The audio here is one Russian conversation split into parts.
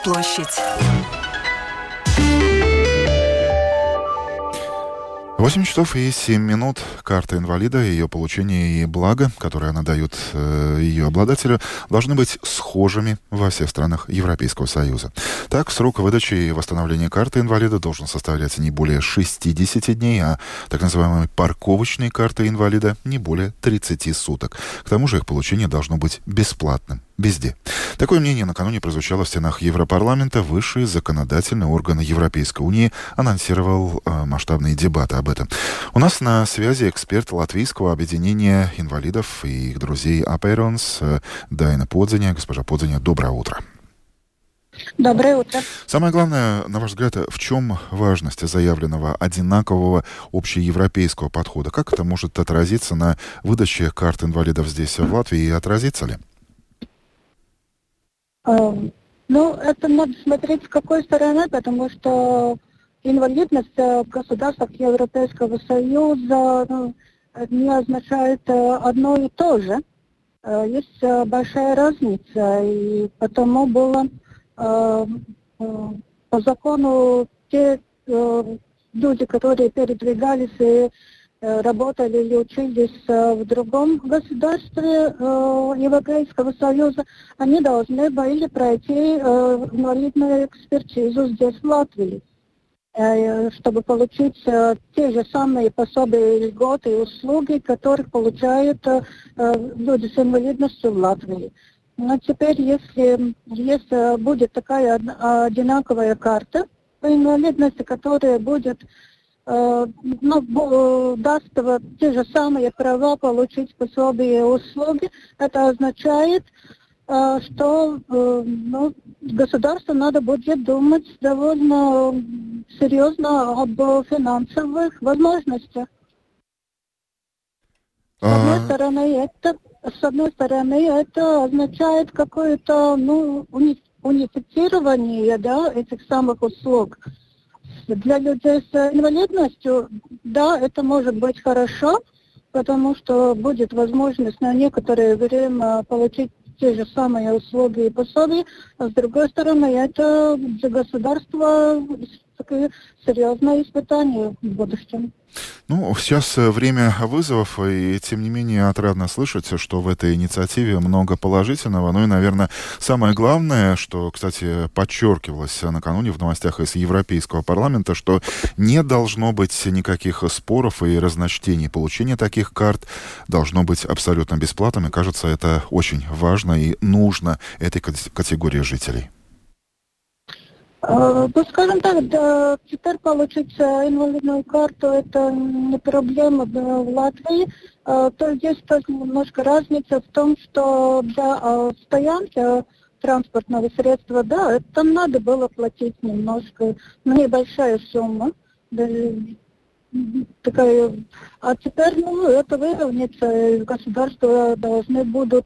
площадь. 8 часов и 7 минут. Карта инвалида, ее получение и благо, которое она дает ее обладателю, должны быть схожими во всех странах Европейского Союза. Так, срок выдачи и восстановления карты инвалида должен составлять не более 60 дней, а так называемой парковочной карты инвалида не более 30 суток. К тому же их получение должно быть бесплатным. Везде. Такое мнение накануне прозвучало в стенах Европарламента. Высший законодательный орган Европейской унии анонсировал масштабные дебаты об этом. У нас на связи эксперт Латвийского объединения инвалидов и их друзей Апейронс Дайна Подзиня. Госпожа Подзиня, доброе утро. Доброе утро. Самое главное, на ваш взгляд, в чем важность заявленного одинакового общеевропейского подхода? Как это может отразиться на выдаче карт инвалидов здесь, в Латвии, и отразится ли? Это надо смотреть с какой стороны, потому что инвалидность в государствах Европейского Союза не означает одно и то же. Есть большая разница, и потому было по закону те люди, которые передвигались и работали или учились в другом государстве Европейского Союза, они должны были пройти инвалидную экспертизу здесь, в Латвии, чтобы получить те же самые пособия, льготы и услуги, которых получают люди с инвалидностью в Латвии. Но теперь, если будет такая одинаковая карта по инвалидности, которая будет даст те же самые права получить пособие и услуги, это означает, что государству надо будет думать довольно серьезно об финансовых возможностях. С одной стороны, это означает какое-то унифицирование этих самых услуг. Для людей с инвалидностью, да, это может быть хорошо, потому что будет возможность на некоторое время получить те же самые услуги и пособия, а с другой стороны, это для государства такое серьезное испытание в будущем. Сейчас время вызовов, и тем не менее отрадно слышать, что в этой инициативе много положительного. И, наверное, самое главное, что, кстати, подчеркивалось накануне в новостях из Европейского парламента, что не должно быть никаких споров и разночтений. Получение таких карт должно быть абсолютно бесплатным, и, кажется, это очень важно и нужно этой категории жителей. Скажем так, да, теперь получить инвалидную карту это не проблема в Латвии. То есть только немножко разница в том, что для стоянки транспортного средства, да, это надо было платить немножко, небольшая сумма. Такая, а теперь это выровняется, и государства должны будут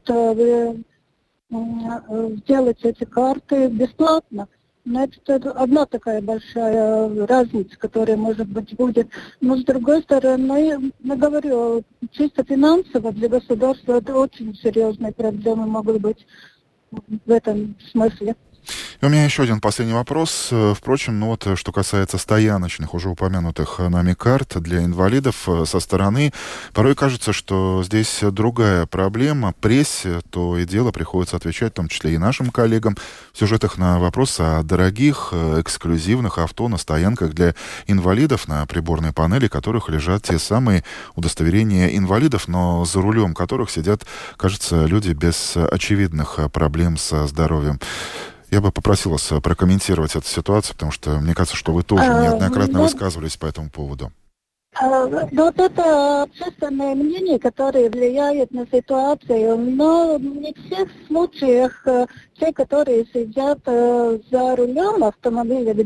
сделать эти карты бесплатно. Это одна такая большая разница, которая, может быть, будет. Но, с другой стороны, я говорю, чисто финансово для государства это очень серьезные проблемы могут быть в этом смысле. И у меня еще один последний вопрос. Впрочем, что касается стояночных, уже упомянутых нами карт для инвалидов со стороны, порой кажется, что здесь другая проблема. Прессе то и дело приходится отвечать, в том числе и нашим коллегам, в сюжетах на вопросы о дорогих, эксклюзивных авто на стоянках для инвалидов, на приборной панели которых лежат те самые удостоверения инвалидов, но за рулем которых сидят, кажется, люди без очевидных проблем со здоровьем. Я бы попросил вас прокомментировать эту ситуацию, потому что мне кажется, что вы тоже неоднократно высказывались по этому поводу. Это общественное мнение, которое влияет на ситуацию, но не в всех случаях те, которые сидят за рулем автомобиля,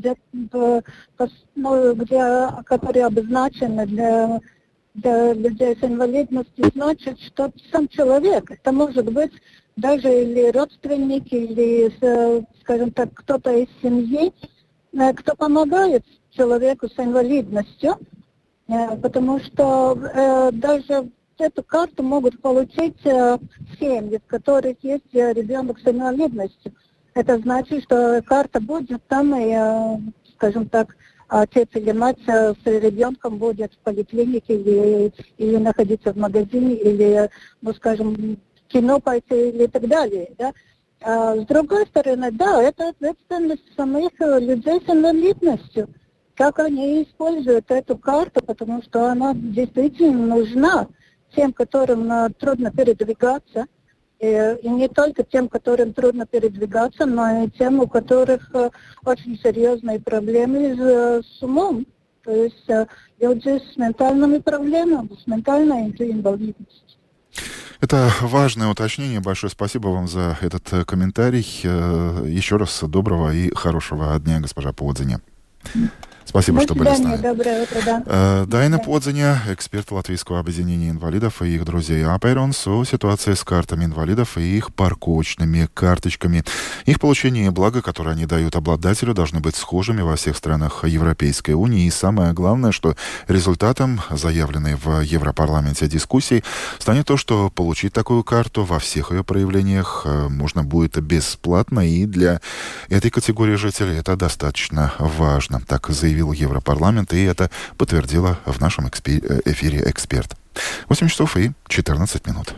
которые обозначены для людей с инвалидностью, значит, что сам человек, это может быть даже или родственники, или, скажем так, кто-то из семьи, кто помогает человеку с инвалидностью, потому что даже эту карту могут получить семьи, в которых есть ребенок с инвалидностью. это значит, что карта будет там, и, скажем так, отец или мать с ребенком будет в поликлинике или находиться в магазине, или, ну, скажем, в кино пойти и так далее, да. А с другой стороны, да, это ответственность самих людей с инвалидностью. Как они используют эту карту, потому что она действительно нужна тем, которым трудно передвигаться. И не только тем, которым трудно передвигаться, но и тем, у которых очень серьезные проблемы с умом. То есть люди с ментальными проблемами, с ментальной инвалидностью. Это важное уточнение. Большое спасибо вам за этот комментарий. Еще раз доброго и хорошего дня, госпожа Подзиня. Спасибо, что были с нами. Доброе утро, да. Дайна Подзиня, эксперт Латвийского объединения инвалидов и их друзей Аперонс о ситуации с картами инвалидов и их парковочными карточками. Их получение и благо, которые они дают обладателю, должны быть схожими во всех странах Европейской Унии. И самое главное, что результатом заявленной в Европарламенте дискуссии станет то, что получить такую карту во всех ее проявлениях можно будет бесплатно. И для этой категории жителей это достаточно важно. Так заявил Европарламент, и это подтвердила в нашем эфире эксперт. 8 часов и 14 минут.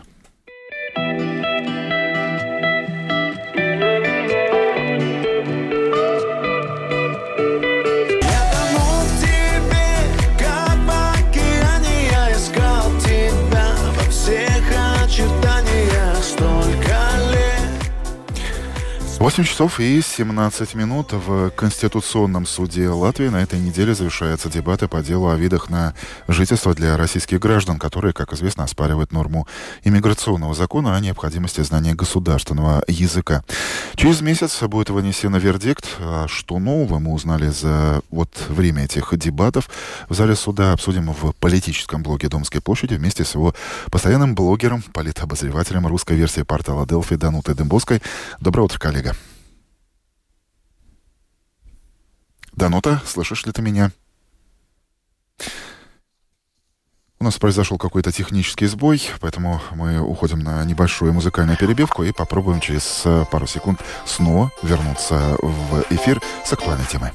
Восемь часов и 17 минут. В Конституционном суде Латвии на этой неделе завершаются дебаты по делу о видах на жительство для российских граждан, которые, как известно, оспаривают норму иммиграционного закона о необходимости знания государственного языка. Через месяц будет вынесен вердикт. Что нового мы узнали за время этих дебатов в зале суда, обсудим в политическом блоге Домской площади вместе с его постоянным блогером, политобозревателем русской версии портала Делфи Данутой Дембовской. Доброе утро, коллега. Данута, слышишь ли ты меня? У нас произошел какой-то технический сбой, поэтому мы уходим на небольшую музыкальную перебивку и попробуем через пару секунд снова вернуться в эфир с актуальной темой.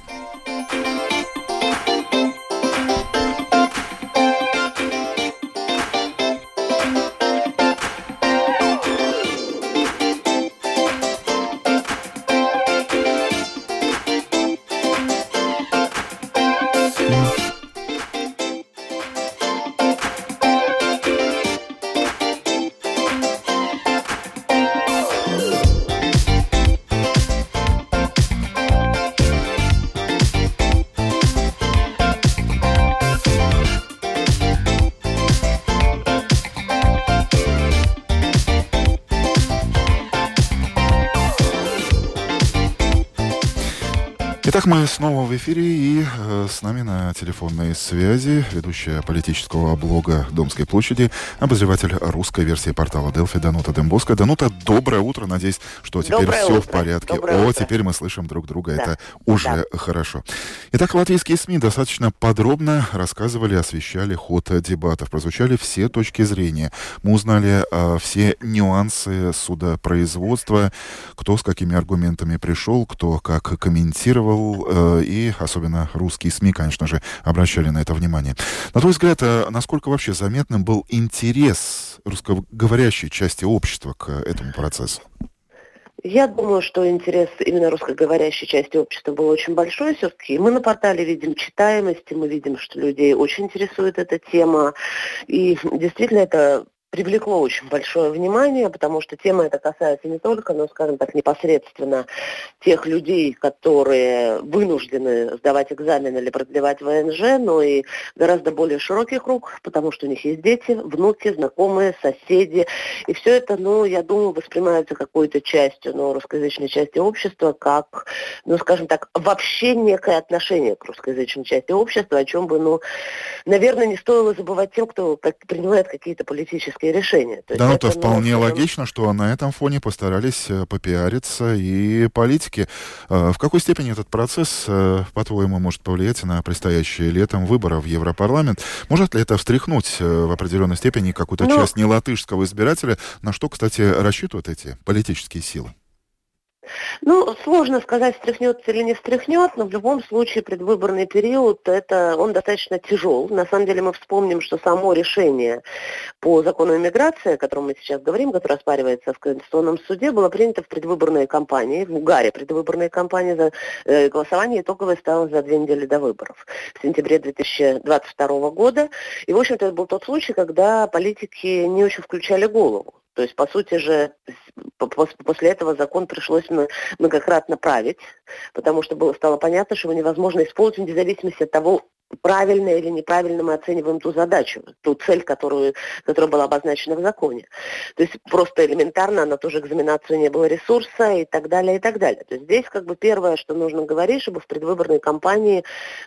Итак, мы снова в эфире, и с нами на телефонной связи ведущая политического блога Домской площади, обозреватель русской версии портала Делфи Данута Дембовская. Данута, доброе утро. Надеюсь, что теперь все в порядке. Теперь мы слышим друг друга. Да. Это уже хорошо. Итак, латвийские СМИ достаточно подробно рассказывали, освещали ход дебатов. Прозвучали все точки зрения. Мы узнали все нюансы судопроизводства, кто с какими аргументами пришел, кто как комментировал, и особенно русские СМИ, конечно же, обращали на это внимание. На твой взгляд, насколько вообще заметным был интерес русскоговорящей части общества к этому процессу? Я думаю, что интерес именно русскоговорящей части общества был очень большой все-таки. Мы на портале видим читаемость, мы видим, что людей очень интересует эта тема. И действительно это привлекло очень большое внимание, потому что тема эта касается не только, скажем так, непосредственно тех людей, которые вынуждены сдавать экзамен или продлевать ВНЖ, но и гораздо более широкий круг, потому что у них есть дети, внуки, знакомые, соседи. И все это, я думаю, воспринимается какой-то частью, русскоязычной части общества, как, скажем так, вообще некое отношение к русскоязычной части общества, о чем бы, наверное, не стоило забывать тем, кто принимает какие-то политические решения. Да, это вполне логично, что на этом фоне постарались попиариться и политики. В какой степени этот процесс, по-твоему, может повлиять на предстоящие летом выборы в Европарламент? Может ли это встряхнуть в определенной степени какую-то часть нелатышского избирателя, на что, кстати, рассчитывают эти политические силы? Ну, сложно сказать, встряхнется или не встряхнет, но в любом случае предвыборный период, он достаточно тяжел. На самом деле мы вспомним, что само решение по закону о миграции, о котором мы сейчас говорим, которое оспаривается в Конституционном суде, было принято в предвыборной кампании, в угаре предвыборной кампании. Голосование итоговое стало за 2 недели до выборов, в сентябре 2022 года. И, в общем-то, это был тот случай, когда политики не очень включали голову. То есть, по сути же, после этого закон пришлось многократно править, потому что стало понятно, что его невозможно исполнить вне зависимости от того, правильно или неправильно мы оцениваем ту задачу, ту цель, которая была обозначена в законе. То есть просто элементарно на ту же экзаменацию не было ресурса и так далее, и так далее. То есть здесь первое, что нужно говорить, чтобы в предвыборной кампании,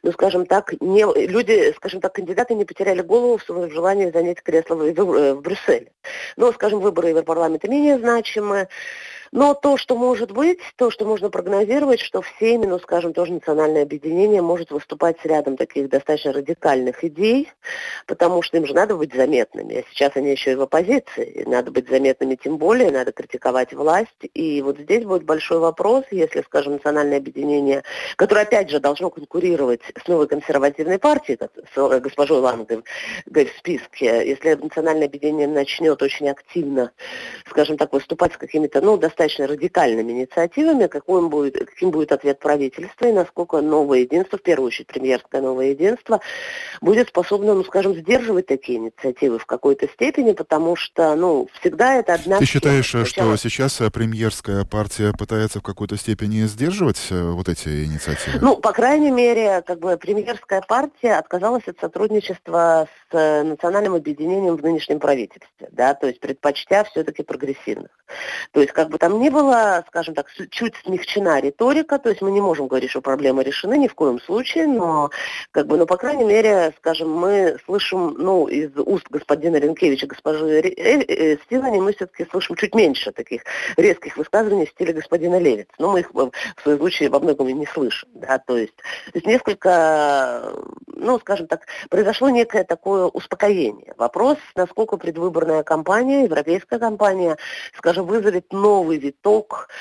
кандидаты не потеряли голову в своем желании занять кресло в Брюсселе. Выборы в Европарламент менее значимы. Но то, что может быть, то, что можно прогнозировать, что в Сейме, тоже национальное объединение может выступать с рядом таких достаточно радикальных идей, потому что им же надо быть заметными. А сейчас они еще и в оппозиции. Надо быть заметными тем более, надо критиковать власть. И вот здесь будет большой вопрос, если, национальное объединение, которое, опять же, должно конкурировать с новой консервативной партией, с госпожой Лангой в списке, если национальное объединение начнет очень активно, выступать с какими-то, достаточно радикальными инициативами, каким будет ответ правительства и насколько новое единство, в первую очередь премьерское новое единство, будет способно, сдерживать такие инициативы в какой-то степени, потому что, всегда это одна... Ты считаешь, что сейчас премьерская партия пытается в какой-то степени сдерживать вот эти инициативы? По крайней мере, премьерская партия отказалась от сотрудничества с национальным объединением в нынешнем правительстве, да, то есть предпочтя все-таки прогрессивных. То есть, там не было, чуть смягчена риторика, то есть мы не можем говорить, что проблемы решены ни в коем случае, но, по крайней мере, мы слышим, из уст господина Ренкевича, госпожи Стилани, мы все-таки слышим чуть меньше таких резких высказываний в стиле господина Левиц. Но мы их, в своем случае, во многом и не слышим, да, то есть несколько, произошло некое такое успокоение. Вопрос, насколько предвыборная кампания, европейская кампания, вызовет новый виток,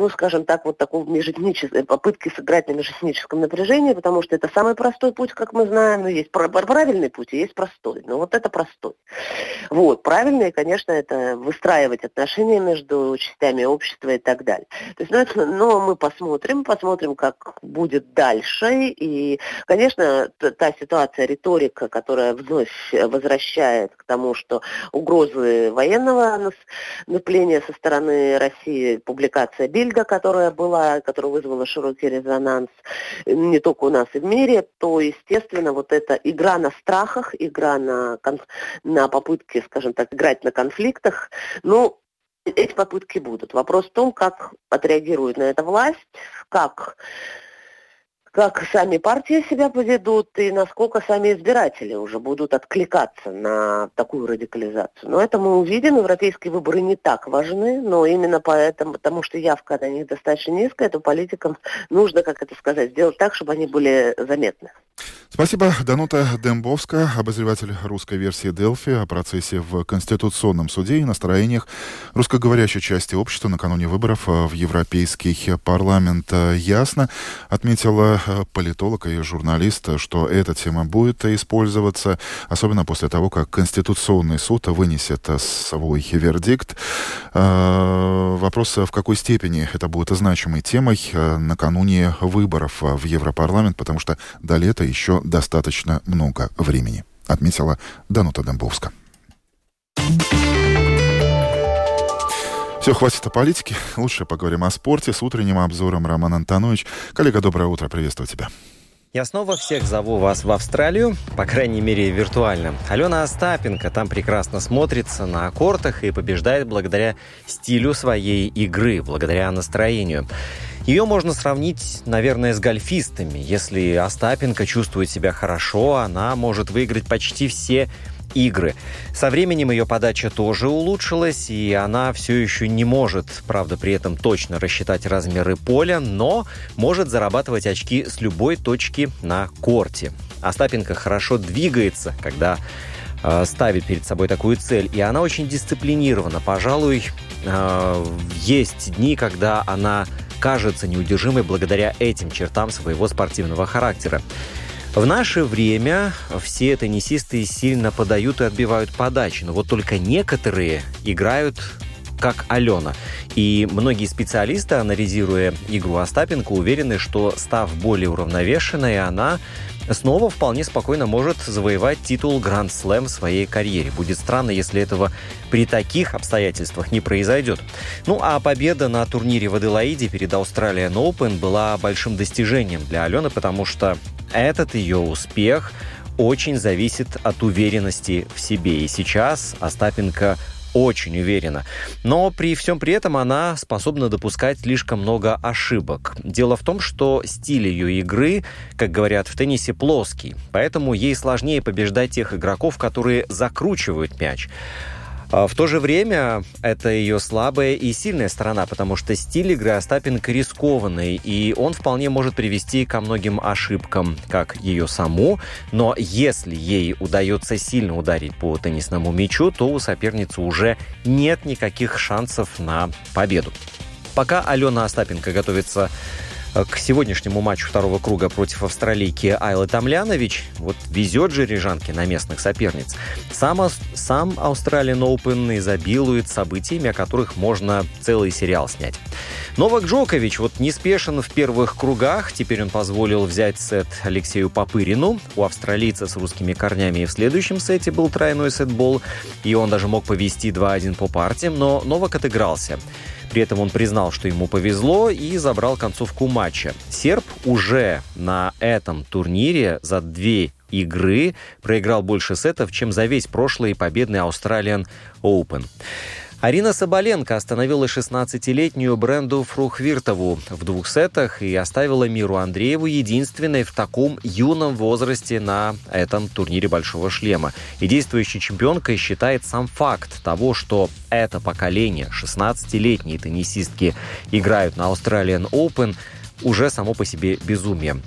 такого попытки сыграть на межэтническом напряжении, потому что это самый простой путь, как мы знаем, есть правильный путь и есть простой, но это простой. Правильный, конечно, это выстраивать отношения между частями общества и так далее. То есть, но мы посмотрим, как будет дальше, и, конечно, та ситуация, риторика, которая вновь возвращает к тому, что угрозы военного наступления со стороны России, публикация Бильда, которая вызвала широкий резонанс не только у нас и в мире, то, естественно, эта игра на страхах, игра на попытке, играть на конфликтах, эти попытки будут. Вопрос в том, как отреагирует на это власть, как сами партии себя поведут и насколько сами избиратели уже будут откликаться на такую радикализацию. Но это мы увидим. Европейские выборы не так важны, но именно потому что явка на них достаточно низкая, то политикам нужно, сделать так, чтобы они были заметны. Спасибо. Данута Дембовская, обозреватель русской версии Делфи, о процессе в Конституционном суде и настроениях русскоговорящей части общества накануне выборов в Европейский парламент. Ясно отметила политолог и журналист, что эта тема будет использоваться, особенно после того, как Конституционный суд вынесет свой вердикт. Вопрос, в какой степени это будет значимой темой накануне выборов в Европарламент, потому что до лета еще достаточно много времени, отметила Данута Дембовская. Все, хватит о политике. Лучше поговорим о спорте с утренним обзором. Роман Антонович. Коллега, доброе утро. Приветствую тебя. Я снова всех зову вас в Австралию, по крайней мере виртуально. Алена Остапенко там прекрасно смотрится на кортах и побеждает благодаря стилю своей игры, благодаря настроению. Ее можно сравнить, наверное, с гольфистами. Если Остапенко чувствует себя хорошо, она может выиграть почти все игры. Со временем ее подача тоже улучшилась, и она все еще не может, правда, при этом точно рассчитать размеры поля, но может зарабатывать очки с любой точки на корте. Остапенко хорошо двигается, когда ставит перед собой такую цель, и она очень дисциплинирована. Пожалуй, есть дни, когда она кажется неудержимой благодаря этим чертам своего спортивного характера. В наше время все теннисисты сильно подают и отбивают подачи, но вот только некоторые играют как Алена. И многие специалисты, анализируя игру Остапенко, уверены, что, став более уравновешенной, она снова вполне спокойно может завоевать титул Гранд-слэм в своей карьере. Будет странно, если этого при таких обстоятельствах не произойдет. Ну а победа на турнире в Аделаиде перед Australian Open была большим достижением для Алены, потому что этот ее успех очень зависит от уверенности в себе. И сейчас Остапенко очень уверена. Но при всем при этом она способна допускать слишком много ошибок. Дело в том, что стиль ее игры, как говорят в теннисе, плоский. Поэтому ей сложнее побеждать тех игроков, которые закручивают мяч. В то же время это ее слабая и сильная сторона, потому что стиль игры Остапенко рискованный, и он вполне может привести ко многим ошибкам, как ее саму. Но если ей удается сильно ударить по теннисному мячу, то у соперницы уже нет никаких шансов на победу. Пока Алена Остапенко готовится к сегодняшнему матчу второго круга против австралийки Айлы Томлянович, вот везет же рижанке на местных соперниц. Сам Australian Open изобилует событиями, о которых можно целый сериал снять. Новак Джокович неспешен в первых кругах. Теперь он позволил взять сет Алексею Попырину. У австралийца с русскими корнями и в следующем сете был тройной сетбол, и он даже мог повести 2-1 по партиям, но Новак отыгрался. При этом он признал, что ему повезло, и забрал концовку матча. Серб уже на этом турнире за 2 игры проиграл больше сетов, чем за весь прошлый победный Australian Open. Арина Соболенко остановила 16-летнюю Бренду Фрухвиртову в 2 сетах и оставила Миру Андрееву единственной в таком юном возрасте на этом турнире «Большого шлема». И действующая чемпионка считает сам факт того, что это поколение, 16-летние теннисистки, играют на Australian Open, уже само по себе безумием.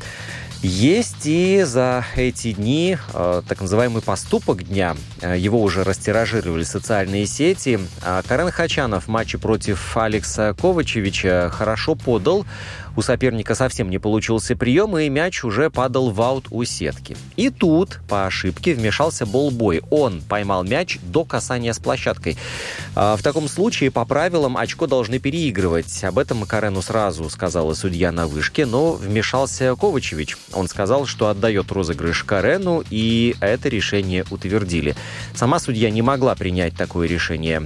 Есть и за эти дни так называемый поступок дня. Его уже растиражировали социальные сети. Карен Хачанов в матче против Алекса Ковачевича хорошо подал. У соперника совсем не получился прием, и мяч уже падал в аут у сетки. И тут по ошибке вмешался болбой. Он поймал мяч до касания с площадкой. В таком случае по правилам очко должны переигрывать. Об этом Карену сразу сказала судья на вышке, но вмешался Ковачевич. Он сказал, что отдает розыгрыш Карену, и это решение утвердили. Сама судья не могла принять такое решение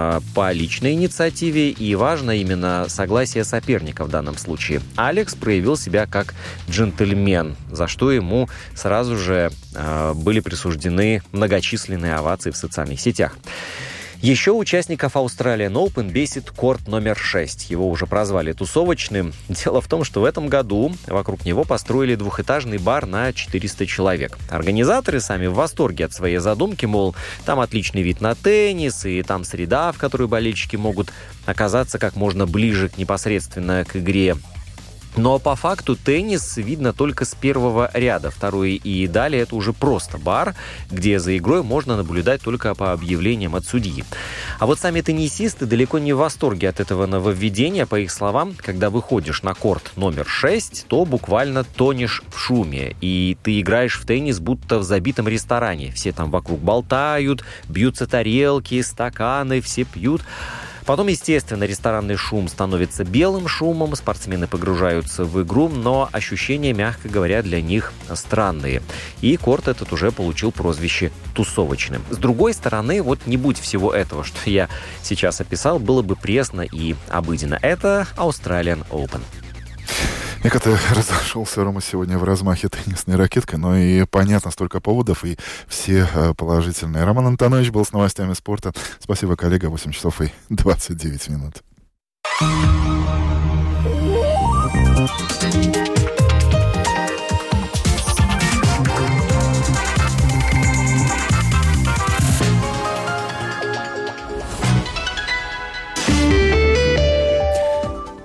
по личной инициативе, и важно именно согласие соперника в данном случае. Алекс проявил себя как джентльмен, за что ему сразу же были присуждены многочисленные овации в социальных сетях. Еще участников Australian Open бесит корт номер 6. Его уже прозвали тусовочным. Дело в том, что в этом году вокруг него построили 2-этажный бар на 400 человек. Организаторы сами в восторге от своей задумки, мол, там отличный вид на теннис, и там среда, в которой болельщики могут оказаться как можно ближе непосредственно к игре. Но по факту теннис видно только с первого ряда. Второй и далее это уже просто бар, где за игрой можно наблюдать только по объявлениям от судьи. А вот сами теннисисты далеко не в восторге от этого нововведения. По их словам, когда выходишь на корт номер 6, то буквально тонешь в шуме. И ты играешь в теннис будто в забитом ресторане. Все там вокруг болтают, бьются тарелки, стаканы, все пьют. Потом, естественно, ресторанный шум становится белым шумом, спортсмены погружаются в игру, но ощущения, мягко говоря, для них странные. И корт этот уже получил прозвище «тусовочным». С другой стороны, не будь всего этого, что я сейчас описал, было бы пресно и обыденно. Это Australian Open. Как-то разошелся Рома сегодня в размахе теннисной ракеткой, но и понятно, столько поводов, и все положительные. Роман Антонович был с новостями спорта. Спасибо, коллега. 8 часов и 29 минут.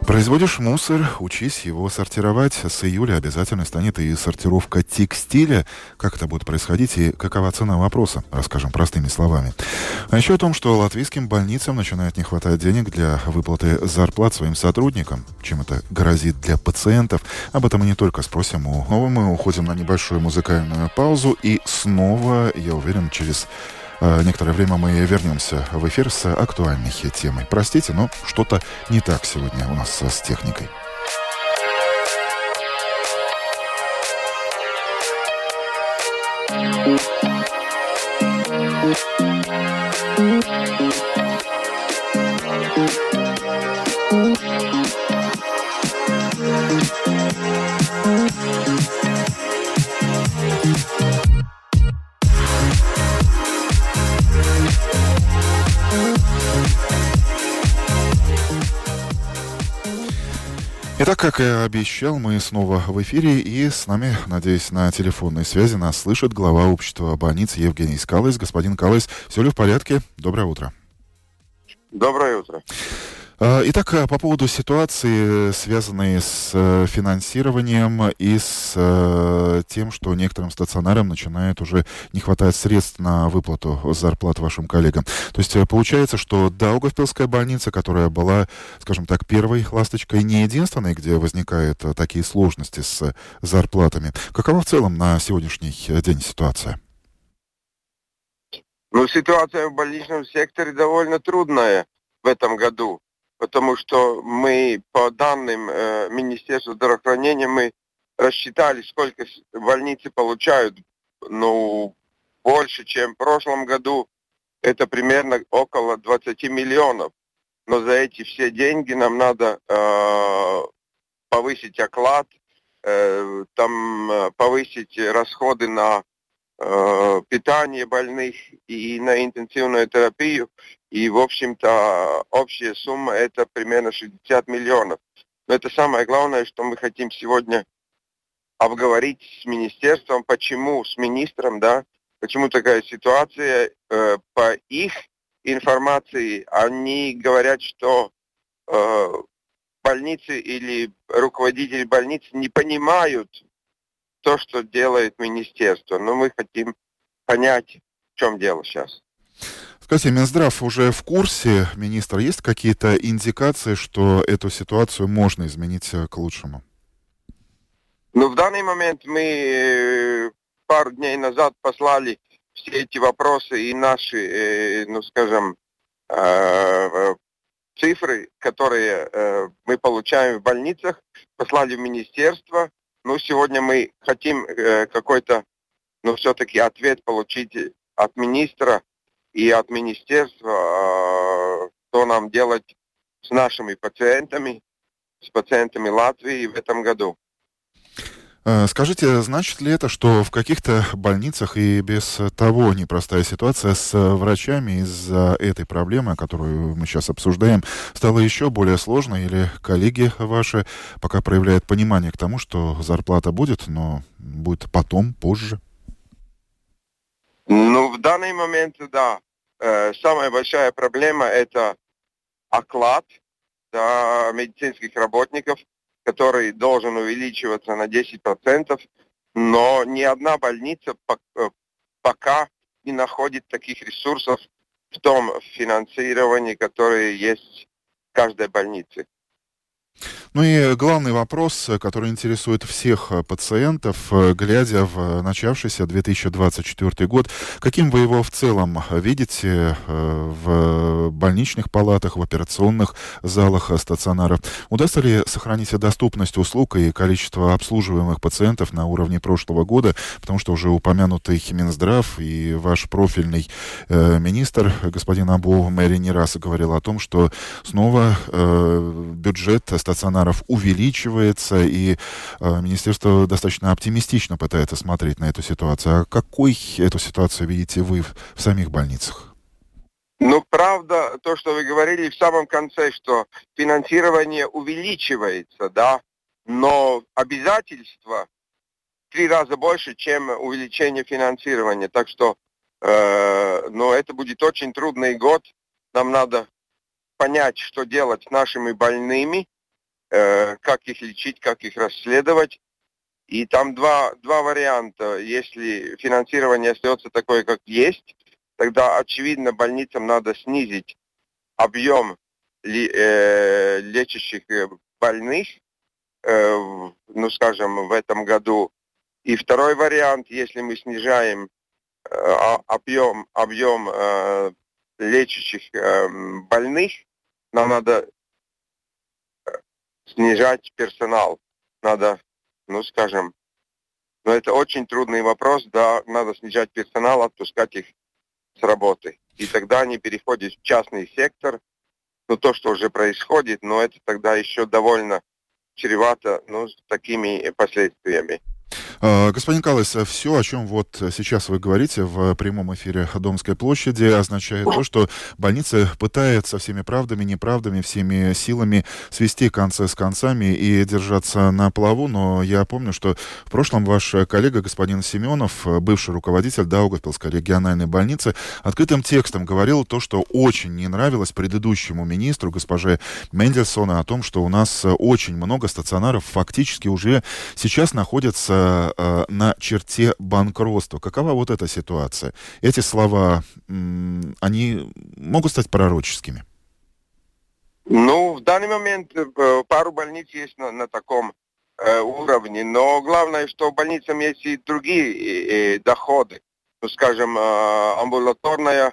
Производишь мусор, учись его сортировать. С июля обязательно станет и сортировка текстиля. Как это будет происходить и какова цена вопроса, расскажем простыми словами. А еще о том, что латвийским больницам начинает не хватать денег для выплаты зарплат своим сотрудникам. Чем это грозит для пациентов? Об этом мы не только спросим. Мы уходим на небольшую музыкальную паузу. И снова, я уверен, через некоторое время мы вернемся в эфир с актуальной темой. Простите, но что-то не так сегодня у нас с техникой. Итак, как и обещал, мы снова в эфире, и с нами, надеюсь, на телефонной связи нас слышит глава общества больниц Евгений Каллайс. Господин Каллайс, все ли в порядке? Доброе утро. Доброе утро. Итак, по поводу ситуации, связанной с финансированием и с тем, что некоторым стационарам начинает уже не хватать средств на выплату зарплат вашим коллегам. То есть получается, что Даугавпилская больница, которая была, скажем так, первой ласточкой, не единственной, где возникают такие сложности с зарплатами. Какова в целом на сегодняшний день ситуация? Ситуация в больничном секторе довольно трудная в этом году. Потому что мы, по данным Министерства здравоохранения, мы рассчитали, сколько больницы получают, больше, чем в прошлом году. Это примерно около 20 миллионов. Но за эти все деньги нам надо повысить оклад, повысить расходы на питание больных и на интенсивную терапию. И, в общем-то, общая сумма это примерно 60 миллионов. Но это самое главное, что мы хотим сегодня обговорить с министерством, почему, с министром, почему такая ситуация. По их информации, они говорят, что больницы или руководители больниц не понимают то, что делает министерство. Но мы хотим понять, в чем дело сейчас. Скажите, Минздрав уже в курсе, министр, есть какие-то индикации, что эту ситуацию можно изменить к лучшему? В данный момент мы пару дней назад послали все эти вопросы и наши, цифры, которые мы получаем в больницах, послали в министерство. Сегодня мы хотим какой-то, все-таки ответ получить от министра и от министерства, что нам делать с нашими пациентами, с пациентами Латвии в этом году. Скажите, значит ли это, что в каких-то больницах и без того непростая ситуация с врачами из-за этой проблемы, которую мы сейчас обсуждаем, стала еще более сложной, или коллеги ваши пока проявляют понимание к тому, что зарплата будет, но будет потом, позже? В данный момент, да. Самая большая проблема – это оклад медицинских работников, который должен увеличиваться на 10%, но ни одна больница пока не находит таких ресурсов в том финансировании, которое есть в каждой больнице. И главный вопрос, который интересует всех пациентов, глядя в начавшийся 2024 год, каким вы его в целом видите в больничных палатах, в операционных залах стационаров? Удастся ли сохранить доступность услуг и количество обслуживаемых пациентов на уровне прошлого года? Потому что уже упомянутый Минздрав и ваш профильный министр, господин Абу Мэри, не раз говорил о том, что снова бюджет стационаров увеличивается, и министерство достаточно оптимистично пытается смотреть на эту ситуацию. А какой эту ситуацию видите вы в самих больницах? Правда, то, что вы говорили в самом конце, что финансирование увеличивается, но обязательства в 3 раза больше, чем увеличение финансирования. Так что, это будет очень трудный год. Нам надо понять, что делать с нашими больными, как их лечить, как их расследовать. И там два варианта. Если финансирование остается такое, как есть, тогда, очевидно, больницам надо снизить объем лечащих больных, скажем, в этом году. И второй вариант, если мы снижаем объем лечащих больных, нам надо снижать персонал. Надо, это очень трудный вопрос, да, надо снижать персонал, отпускать их с работы. И тогда они переходят в частный сектор. То, что уже происходит, но это тогда еще довольно чревато, с такими последствиями. Господин Каллас, все, о чем вот сейчас вы говорите в прямом эфире Домской площади, означает то, что больница пытается всеми правдами, неправдами, всеми силами свести концы с концами и держаться на плаву. Но я помню, что в прошлом ваш коллега, господин Семенов, бывший руководитель Даугавпилской региональной больницы, открытым текстом говорил то, что очень не нравилось предыдущему министру, госпоже Мендельсона, о том, что у нас очень много стационаров фактически уже сейчас находятся на черте банкротства. Какова вот эта ситуация? Эти слова, они могут стать пророческими? В данный момент пару больниц есть на таком уровне, но главное, что больницам есть и другие доходы. Амбулаторное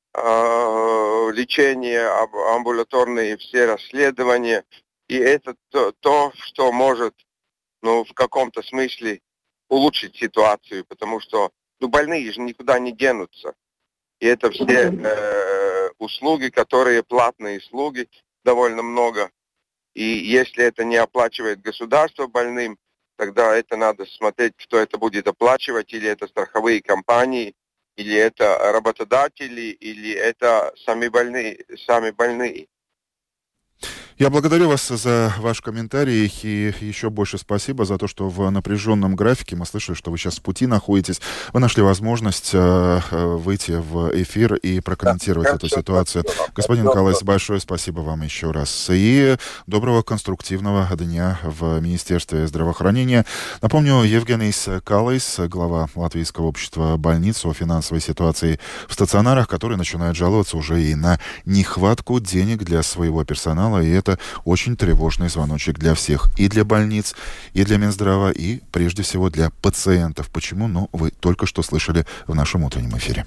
лечение, амбулаторные все расследования. И это то, что может в каком-то смысле улучшить ситуацию, потому что больные же никуда не денутся. И это все услуги, которые платные услуги, довольно много. И если это не оплачивает государство больным, тогда это надо смотреть, кто это будет оплачивать, или это страховые компании, или это работодатели, или это сами больные. Я благодарю вас за ваш комментарий и еще больше спасибо за то, что в напряженном графике, мы слышали, что вы сейчас в пути находитесь, вы нашли возможность выйти в эфир и прокомментировать эту ситуацию. Господин Каллас, большое спасибо вам еще раз. И доброго конструктивного дня в Министерстве здравоохранения. Напомню, Евгенийс Каллас, глава Латвийского общества больниц, о финансовой ситуации в стационарах, который начинает жаловаться уже и на нехватку денег для своего персонала, и это очень тревожный звоночек для всех. И для больниц, и для Минздрава, и прежде всего для пациентов. Почему? Вы только что слышали в нашем утреннем эфире.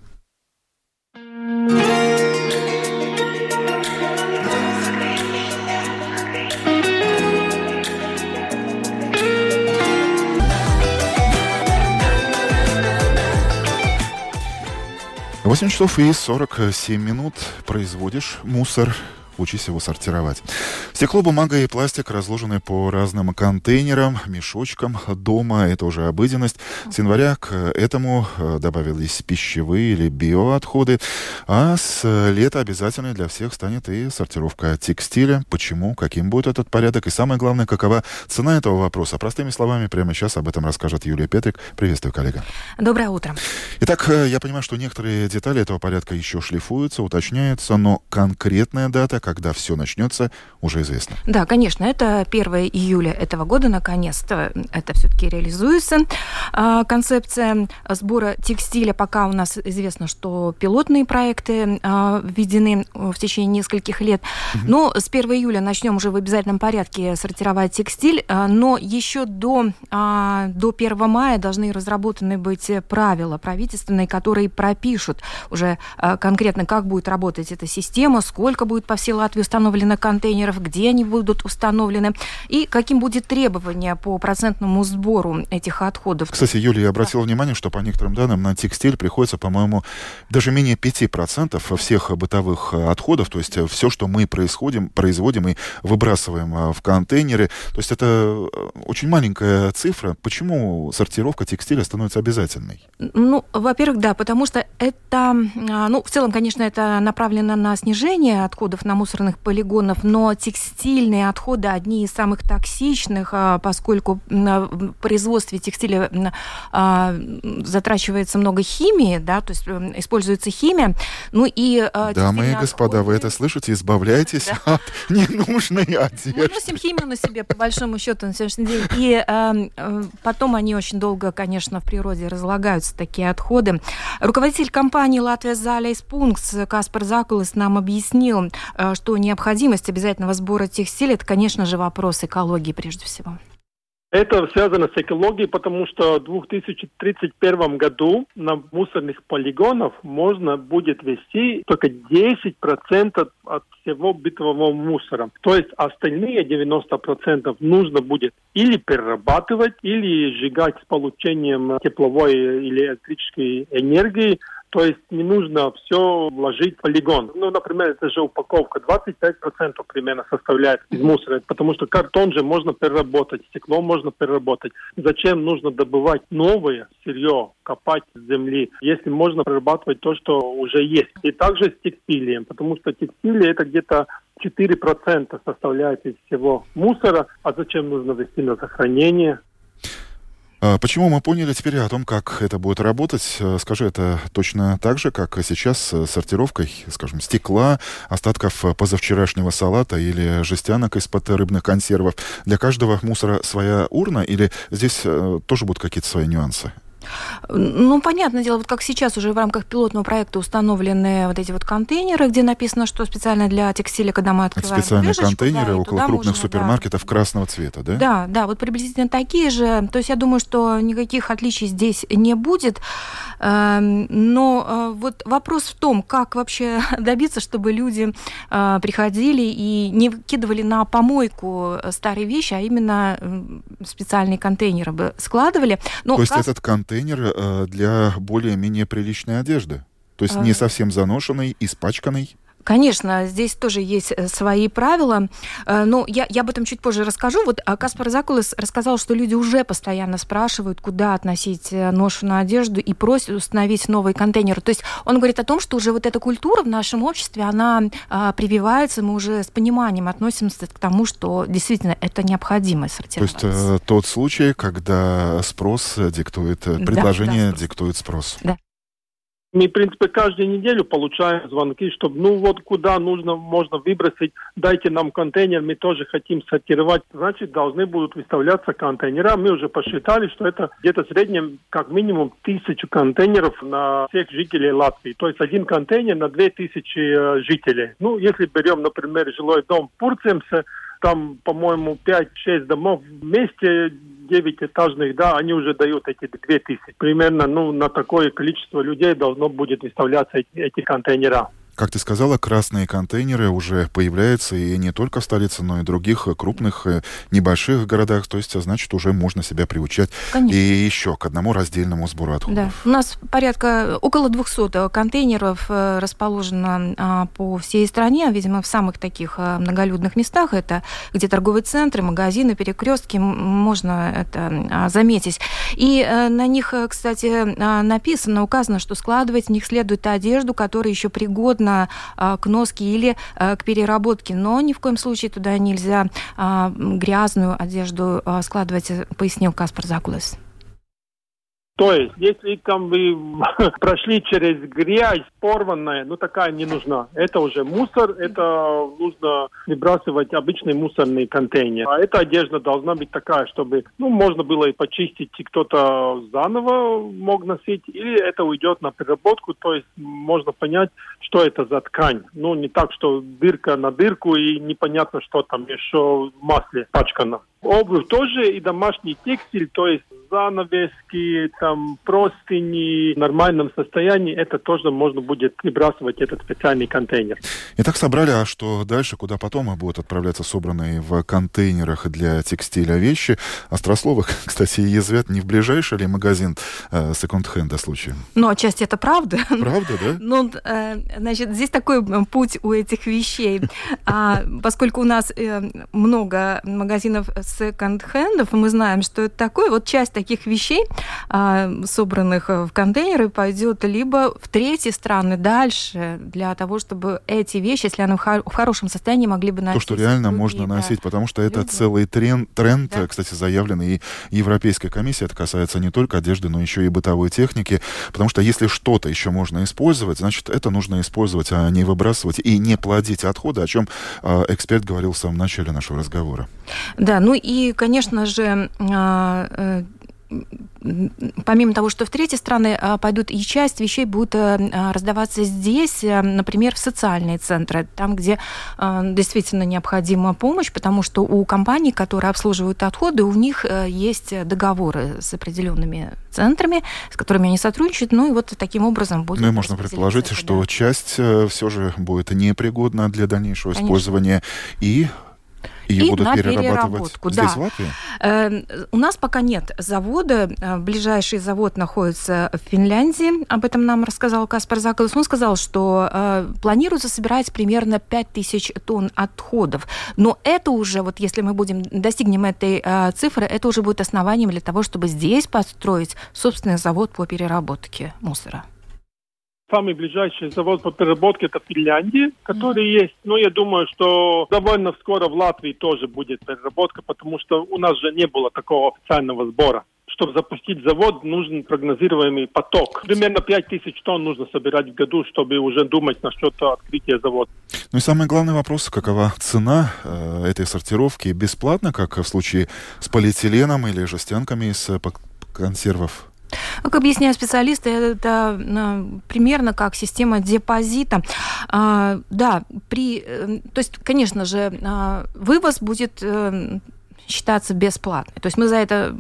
Восемь часов и 47 минут. Производишь мусор, учись его сортировать. Стекло, бумага и пластик разложены по разным контейнерам, мешочкам дома. Это уже обыденность. С января к этому добавились пищевые или биоотходы. А с лета обязательной для всех станет и сортировка текстиля. Почему? Каким будет этот порядок? И самое главное, какова цена этого вопроса? Простыми словами, прямо сейчас об этом расскажет Юлия Петрик. Приветствую, коллега. Доброе утро. Итак, я понимаю, что некоторые детали этого порядка еще шлифуются, уточняются, но конкретная дата, когда все начнется, уже известно. Да, конечно, это 1 июля этого года, наконец-то это все-таки реализуется. Концепция сбора текстиля, пока у нас известно, что пилотные проекты введены в течение нескольких лет. Но с 1 июля начнем уже в обязательном порядке сортировать текстиль, но еще до 1 мая должны разработаны быть правила правительственные, которые пропишут уже конкретно, как будет работать эта система, сколько будет по всей Латвии установлено контейнеров, где они будут установлены и каким будет требование по процентному сбору этих отходов. Кстати, Юлия, я обратила внимание, что по некоторым данным на текстиль приходится, по-моему, даже менее 5% всех бытовых отходов, то есть все, что мы производим и выбрасываем в контейнеры. То есть это очень маленькая цифра. Почему сортировка текстиля становится обязательной? Во-первых, да, потому что это, в целом, конечно, это направлено на снижение отходов на мусорных полигонов, но текстильные отходы одни из самых токсичных, поскольку в производстве текстиля затрачивается много химии, да, то есть используется химия. Ну и дамы и господа, вы это слышите? Избавляйтесь от ненужной одежды. Мы носим химию на себе, по большому счету, на сегодняшний день. И потом они очень долго, конечно, в природе разлагаются, такие отходы. Руководитель компании «Латвия Залейс Пунктс» Каспар Закулис нам объяснил, что необходимость обязательного сбора текстиля – это, конечно же, вопрос экологии прежде всего. Это связано с экологией, потому что в 2031 году на мусорных полигонах можно будет везти только 10% от всего бытового мусора. То есть остальные 90% нужно будет или перерабатывать, или сжигать с получением тепловой или электрической энергии. То есть не нужно все вложить в полигон. Ну, например, это же упаковка 25% примерно составляет из мусора, потому что картон же можно переработать, стекло можно переработать. Зачем нужно добывать новое сырье, копать с земли, если можно перерабатывать то, что уже есть? И также с текстилием, потому что текстиль это где-то 4% составляет из всего мусора. А зачем нужно везти на захоронение? Почему мы поняли теперь о том, как это будет работать? Скажи, это точно так же, как сейчас с сортировкой, скажем, стекла, остатков позавчерашнего салата или жестянок из-под рыбных консервов? Для каждого мусора своя урна или здесь тоже будут какие-то свои нюансы? Ну, понятное дело, вот как сейчас уже в рамках пилотного проекта установлены вот эти вот контейнеры, где написано, что специально для текстиля, когда мы открываем специальные крышечку, контейнеры да, около крупных можно, супермаркетов красного цвета, да? Да, да, вот приблизительно такие же. То есть я думаю, что никаких отличий здесь не будет. Но вот вопрос в том, как вообще добиться, чтобы люди приходили и не выкидывали на помойку старые вещи, а именно специальные контейнеры бы складывали. Но то есть этот контейнер для более-менее приличной одежды? То есть не совсем заношенной, испачканной? Конечно, здесь тоже есть свои правила, но я об этом чуть позже расскажу. Вот Каспар Закулис рассказал, что люди уже постоянно спрашивают, куда относить ношеную одежду и просят установить новые контейнеры. То есть он говорит о том, что уже вот эта культура в нашем обществе, она прививается, мы уже с пониманием относимся к тому, что действительно это необходимо сортировать. То есть тот случай, когда спрос диктует, предложение диктует спрос. Да. Мы, в принципе, каждую неделю получаем звонки, чтобы, куда можно выбросить, дайте нам контейнер, мы тоже хотим сортировать. Значит, должны будут выставляться контейнера. Мы уже посчитали, что это где-то в среднем как минимум 1000 контейнеров на всех жителей Латвии. То есть один контейнер на 2000 жителей. Если берем, например, жилой дом в Пурцемсе, там, по-моему, 5-6 домов вместе, 9-этажных, да, они уже дают эти 2000. Примерно, на такое количество людей должно будет выставляться эти контейнера. Как ты сказала, красные контейнеры уже появляются и не только в столице, но и в других крупных, небольших городах. То есть, значит, уже можно себя приучать. Конечно. И еще к одному раздельному сбору отходов. Да. У нас около 200 контейнеров расположено по всей стране. Видимо, в самых таких многолюдных местах. Это где торговые центры, магазины, перекрестки. Можно это заметить. И на них, кстати, указано, что складывать в них следует одежду, которая еще пригодна к носке или к переработке, но ни в коем случае туда нельзя грязную одежду складывать, пояснил Каспар Закулис. То есть, если там вы прошли через грязь порванная, такая не нужна. Это уже мусор, это нужно выбрасывать обычный мусорный контейнер. А эта одежда должна быть такая, чтобы, можно было и почистить, и кто-то заново мог носить, или это уйдет на переработку, то есть можно понять, что это за ткань. Не так, что дырка на дырку, и непонятно, что там еще в масле пачкано. Обувь тоже и домашний текстиль, то есть занавески, простыни в нормальном состоянии, это тоже можно будет выбрасывать этот специальный контейнер. Итак, собрали, а что дальше, куда потом будут отправляться собранные в контейнерах для текстиля вещи? Острословы, кстати, язвят, не в ближайший ли магазин секонд-хенда случаем? Отчасти это правда. Правда, да? Значит, здесь такой путь у этих вещей. Поскольку у нас много магазинов секонд-хендов, мы знаем, что это такое. Вот часть таких вещей собранных в контейнеры, пойдет либо в третьи страны дальше, для того, чтобы эти вещи, если они в хорошем состоянии, могли бы носить. То, что реально можно носить, потому что это целый тренд, да. Кстати, заявленный и Европейской комиссией. Это касается не только одежды, но еще и бытовой техники, потому что если что-то еще можно использовать, значит, это нужно использовать, а не выбрасывать и не плодить отходы, о чем эксперт говорил в самом начале нашего разговора. Да, ну и, конечно же, помимо того, что в третьи страны пойдут, и часть вещей будет раздаваться здесь, например, в социальные центры, там, где действительно необходима помощь, потому что у компаний, которые обслуживают отходы, у них есть договоры с определенными центрами, с которыми они сотрудничают, ну и вот таким образом будет... Ну и можно предположить, что часть все же будет непригодна для дальнейшего использования, и ее будут перерабатывать здесь, в Латвии? У нас пока нет завода. Ближайший завод находится в Финляндии. Об этом нам рассказал Каспар Закулес. Он сказал, что планируется собирать примерно 5000 тонн отходов. Но это уже, вот если мы достигнем этой цифры, это уже будет основанием для того, чтобы здесь построить собственный завод по переработке мусора. Самый ближайший завод по переработке это в Финляндии, который есть. Но я думаю, что довольно скоро в Латвии тоже будет переработка, потому что у нас же не было такого официального сбора. Чтобы запустить завод, нужен прогнозируемый поток. Примерно 5000 тонн нужно собирать в году, чтобы уже думать насчет открытия завода. Ну и самый главный вопрос, какова цена этой сортировки? Бесплатно, как в случае с полиэтиленом или жестянками из консервов? Как объясняют специалисты, это примерно как система депозита. Да, то есть, конечно же, вывоз будет считаться бесплатной. То есть мы за это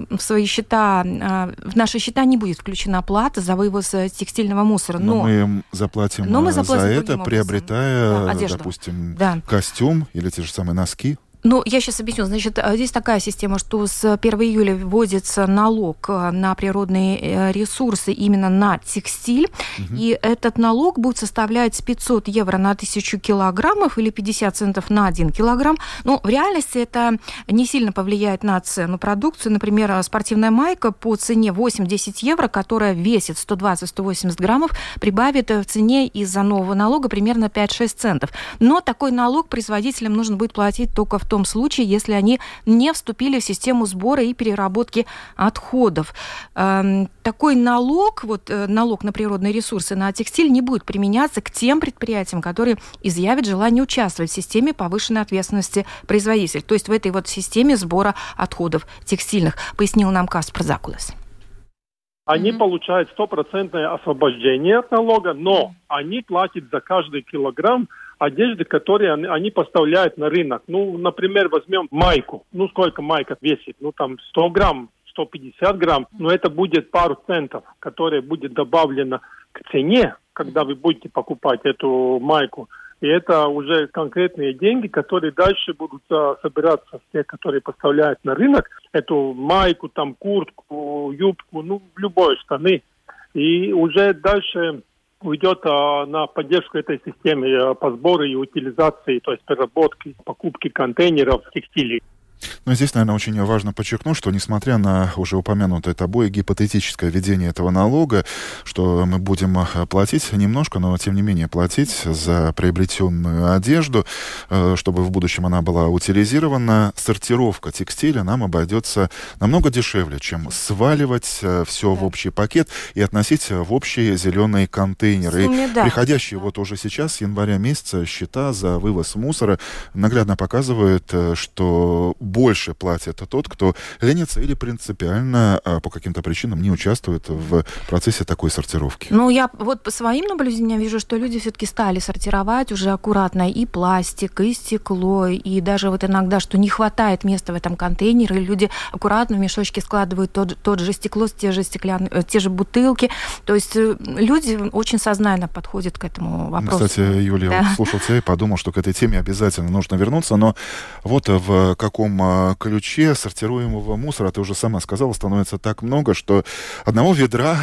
в наши счета не будет включена плата за вывоз текстильного мусора. Но мы заплатим за это, приобретая, допустим, костюм или те же самые носки. Ну, я сейчас объясню. Значит, здесь такая система, что с 1 июля вводится налог на природные ресурсы, именно на текстиль. И этот налог будет составлять 500 евро на 1000 килограммов или 50 центов на 1 килограмм. Но в реальности это не сильно повлияет на цену продукции. Например, спортивная майка по цене 8-10 евро, которая весит 120-180 граммов, прибавит в цене из-за нового налога примерно 5-6 центов. Но такой налог производителям нужно будет платить только в том случае, если они не вступили в систему сбора и переработки отходов. Такой налог, налог на природные ресурсы, на текстиль не будет применяться к тем предприятиям, которые изъявят желание участвовать в системе повышенной ответственности производителя. То есть в этой системе сбора отходов текстильных, пояснил нам Каспар Закулес. Они получают 100% освобождение от налога, но они платят за каждый килограмм одежды, которые они поставляют на рынок. Ну, например, возьмем майку. Ну, сколько майка весит? Ну, там 100 грамм, 150 грамм. Но это будет пару центов, которые будет добавлено к цене, когда вы будете покупать эту майку. И это уже конкретные деньги, которые дальше будут собираться с тех, которые поставляют на рынок эту майку, там, куртку, юбку, ну, любой штаны. И уже дальше уйдет на поддержку этой системы по сбору и утилизации, то есть переработки, покупки контейнеров, текстилей. Но здесь, наверное, очень важно подчеркнуть, что несмотря на уже упомянутое тобой гипотетическое введение этого налога, что мы будем платить немножко, но тем не менее платить за приобретенную одежду, чтобы в будущем она была утилизирована, сортировка текстиля нам обойдется намного дешевле, чем сваливать все в общий пакет и относить в общие зеленые контейнеры. И приходящие вот уже сейчас, с января месяца, счета за вывоз мусора наглядно показывают, что больше платит тот, кто ленится или принципиально по каким-то причинам не участвует в процессе такой сортировки. Ну, я вот по своим наблюдениям вижу, что люди все-таки стали сортировать уже аккуратно и пластик, и стекло, и даже вот иногда, что не хватает места в этом контейнере, и люди аккуратно в мешочки складывают тот же стекло, те же бутылки. То есть люди очень сознательно подходят к этому вопросу. Кстати, Юлия, да. Слушал тебя и подумал, что к этой теме обязательно нужно вернуться, но вот в каком ключе сортируемого мусора, ты уже сама сказала, становится так много, что одного ведра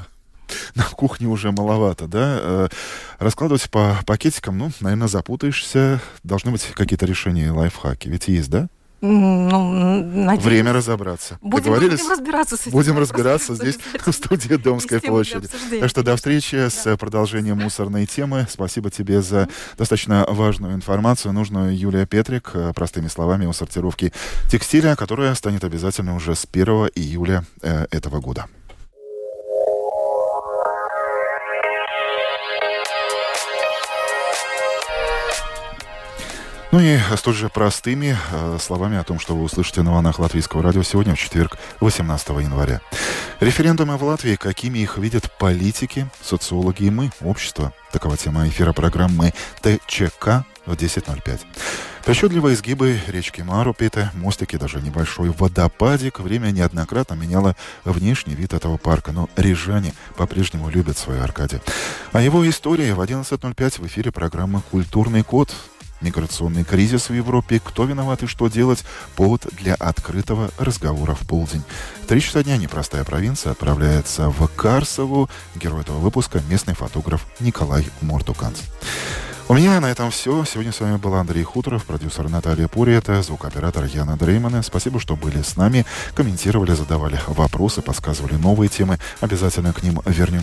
на кухне уже маловато, да? Раскладывать по пакетикам, ну, наверное, запутаешься. Должны быть какие-то решения, лайфхаки. Ведь есть, да? Надеюсь. Время разобраться. Будем разбираться с этим. Будем разбираться здесь, в студии Домской площади. Так что до встречи с продолжением мусорной темы. Спасибо тебе за достаточно важную информацию, нужную. Юлия Петрик, простыми словами, о сортировке текстиля, которая станет обязательной уже с 1 июля этого года. Ну и столь же простыми словами о том, что вы услышите на волнах Латвийского радио сегодня, в четверг, 18 января. Референдумы в Латвии, какими их видят политики, социологи и мы, общество. Такова тема эфира программы ТЧК в 10.05. Причудливые изгибы речки Марупите, мостики, даже небольшой водопадик. Время неоднократно меняло внешний вид этого парка, но рижане по-прежнему любят свою Аркадию. А его история в 11.05 в эфире программы «Культурный код». Миграционный кризис в Европе, кто виноват и что делать, повод для открытого разговора в полдень. В 3 часа дня непростая провинция отправляется в Карсову. Герой этого выпуска — местный фотограф Николай Мортуканц. У меня на этом все. Сегодня с вами был Андрей Хуторов, продюсер Наталья Пуриета, звукооператор Яна Дреймана. Спасибо, что были с нами, комментировали, задавали вопросы, подсказывали новые темы. Обязательно к ним вернемся.